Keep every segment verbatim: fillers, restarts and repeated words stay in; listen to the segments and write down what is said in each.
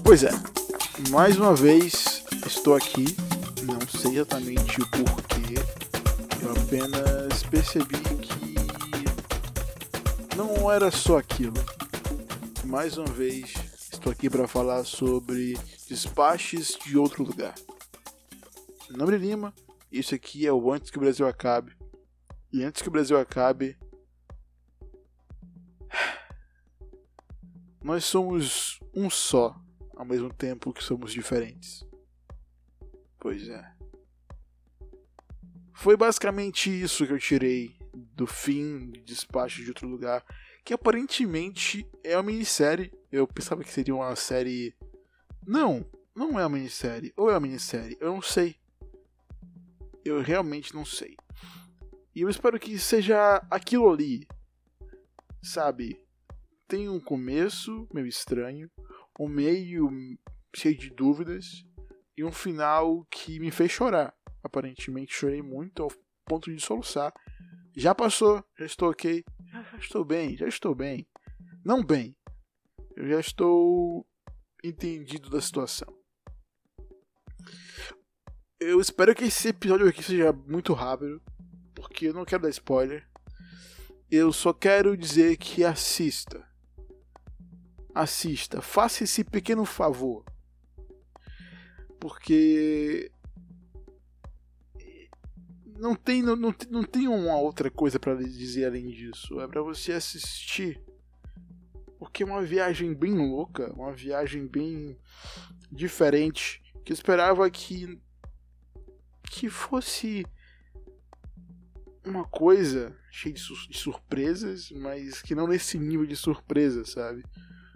Pois é, mais uma vez estou aqui, não sei exatamente o porquê, eu apenas percebi que não era só aquilo. Mais uma vez estou aqui para falar sobre Despaches de Outro Lugar. Meu nome é Lima, isso aqui é o Antes que o Brasil Acabe. E antes que o Brasil acabe, nós somos um só, ao mesmo tempo que somos diferentes. Pois é. Foi basicamente isso que eu tirei do fim de Despacho de Outro Lugar, que aparentemente é uma minissérie. Eu pensava que seria uma série... Não, não é uma minissérie. Ou é uma minissérie, eu não sei. Eu realmente não sei. E eu espero que seja aquilo ali, sabe? Tem um começo meio estranho, um meio cheio de dúvidas e um final que me fez chorar. Aparentemente chorei muito ao ponto de soluçar. Já passou, já estou ok, já estou bem, já estou bem. Não bem, eu já estou entendido da situação. Eu espero que esse episódio aqui seja muito rápido, porque eu não quero dar spoiler. Eu só quero dizer que assista. Assista. Faça esse pequeno favor. Porque... Não tem, não, não, não tem uma outra coisa para lhe dizer além disso. É para você assistir. Porque é uma viagem bem louca. Uma viagem bem diferente. Que eu esperava que... Que fosse... uma coisa cheia de, sur- de surpresas, mas que não nesse nível de surpresa, sabe?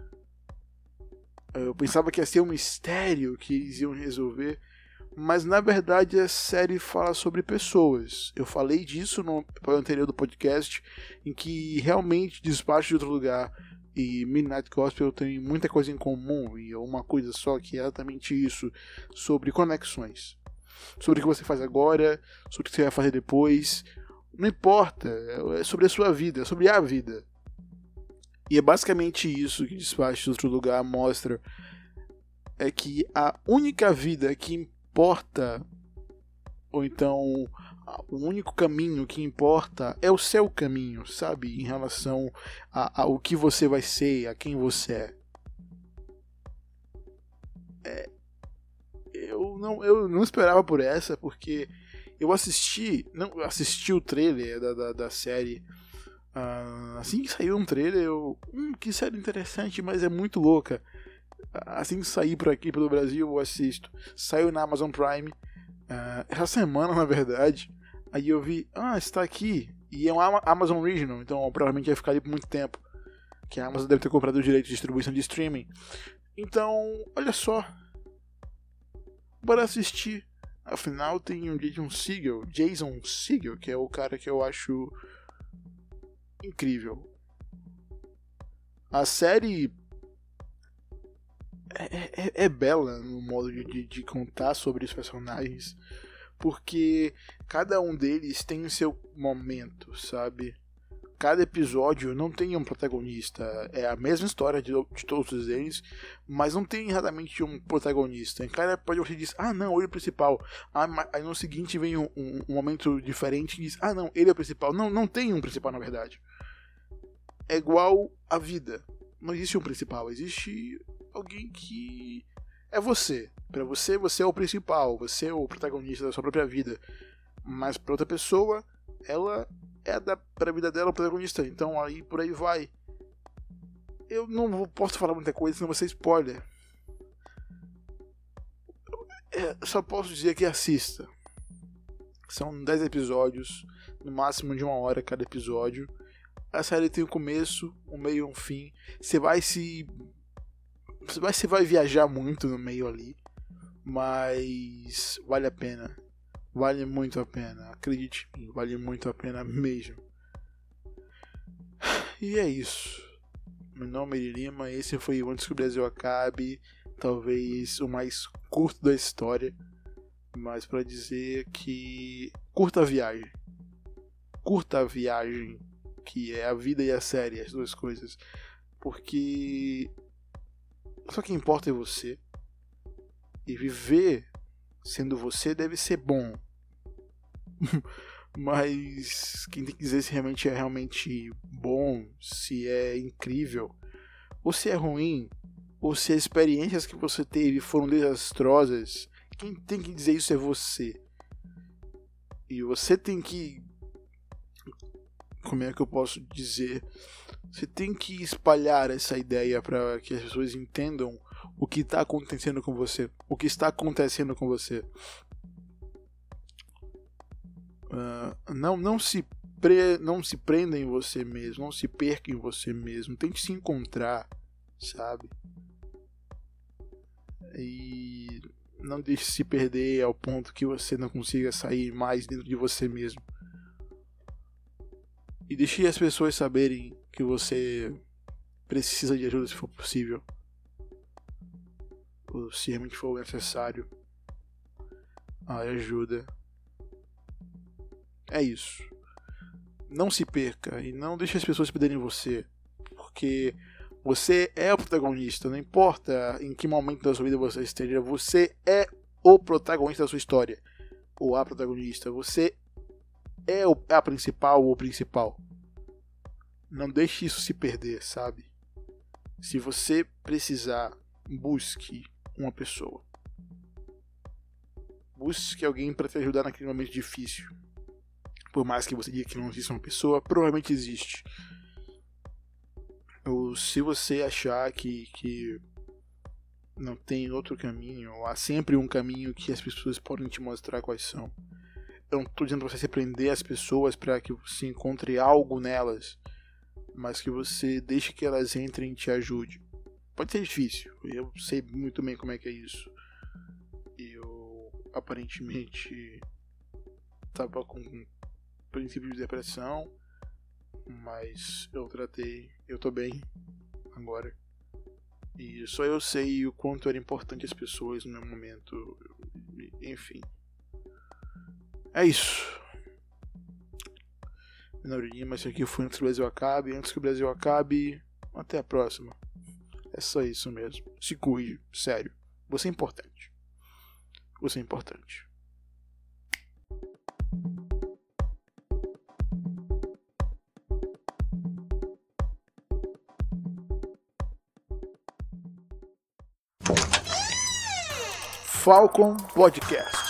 Eu pensava que ia ser um mistério que eles iam resolver, mas na verdade a série fala sobre pessoas. Eu falei disso no episódio anterior do podcast, em que realmente Despacho de Outro Lugar e Midnight Gospel têm muita coisa em comum, e é uma coisa só que é exatamente isso, sobre conexões. Sobre o que você faz agora, sobre o que você vai fazer depois. Não importa, é sobre a sua vida, é sobre a vida. E é basicamente isso que Despacho de Outro Lugar mostra. É que a única vida que importa, ou então o único caminho que importa é o seu caminho, sabe? Em relação a, ao que você vai ser, a quem você é. é eu, não, eu não esperava por essa, porque... Eu assisti, não, assisti o trailer da, da, da série. Uh, assim que saiu um trailer, eu. Hum, que série interessante, mas é muito louca. Assim que sair por aqui pelo Brasil, eu assisto. Saiu na Amazon Prime. Uh, essa semana, na verdade. Aí eu vi, ah, está aqui. E é um Amazon Original, então provavelmente vai ficar ali por muito tempo. Que a Amazon deve ter comprado o direito de distribuição de streaming. Então, olha só. Bora assistir. Afinal, tem um Jason Segel, Jason Segel, que é o cara que eu acho incrível. A série é, é, é bela no modo de, de, de contar sobre os personagens, porque cada um deles tem o seu momento, sabe? Cada episódio não tem um protagonista, é a mesma história de, de todos eles, mas não tem exatamente um protagonista. Em cada episódio você diz, ah não, ele é o principal. Ah, aí no seguinte vem um, um, um momento diferente e diz, ah não, ele é o principal. Não, não tem um principal na verdade. É igual a vida. Não existe um principal, existe alguém que é você. Para você, você é o principal, você é o protagonista da sua própria vida. Mas para outra pessoa, ela... é da pra vida dela o protagonista, então aí por aí vai. Eu não posso falar muita coisa, senão vai ser spoiler. É, só posso dizer que assista. São dez episódios, no máximo de uma hora cada episódio. A série tem um começo, um meio e um fim. Você vai se. Você vai, você vai viajar muito no meio ali, mas vale a pena. Vale muito a pena, acredite em mim, vale muito a pena mesmo. E é isso. Meu nome é Lima, esse foi o Antes que o Brasil Acabe, talvez o mais curto da história, mas para dizer que curta a viagem. Curta a viagem, que é a vida e a série, as duas coisas. Porque só quem importa é você. E viver sendo você deve ser bom. Mas quem tem que dizer se realmente é realmente bom, se é incrível, ou se é ruim, ou se as experiências que você teve foram desastrosas, quem tem que dizer isso é você. E você tem que... Como é que eu posso dizer? Você tem que espalhar essa ideia para que as pessoas entendam o que está acontecendo com você. O que está acontecendo com você. Uh, não, não, se pre, não se prenda em você mesmo. Não se perca em você mesmo. Tente se encontrar, sabe? E não deixe se perder ao ponto que você não consiga sair mais dentro de você mesmo. E deixe as pessoas saberem que você precisa de ajuda se for possível. Ou se realmente for necessário. A ajuda. É isso. Não se perca e não deixe as pessoas perderem você. Porque você é o protagonista. Não importa em que momento da sua vida você esteja. Você é o protagonista da sua história. Ou a protagonista. Você é a principal ou o principal. Não deixe isso se perder, sabe? Se você precisar, busque uma pessoa. Busque alguém para te ajudar naquele momento difícil. Por mais que você diga que não existe uma pessoa, provavelmente existe. Ou se você achar que, que não tem outro caminho, há sempre um caminho que as pessoas podem te mostrar quais são. Eu não estou dizendo para você se prender às pessoas para que você encontre algo nelas, mas que você deixe que elas entrem e te ajude. Pode ser difícil, eu sei muito bem como é que é isso. Eu aparentemente estava com um princípio de depressão, mas eu tratei, eu tô bem agora. E só eu sei o quanto era importante as pessoas no meu momento. Enfim. É isso. Menor Lima, esse aqui foi Antes que o Brasil Acabe. Antes que o Brasil acabe, até a próxima. É só isso mesmo. Se cuide, sério. Você é importante. Você é importante. Falcon Podcast.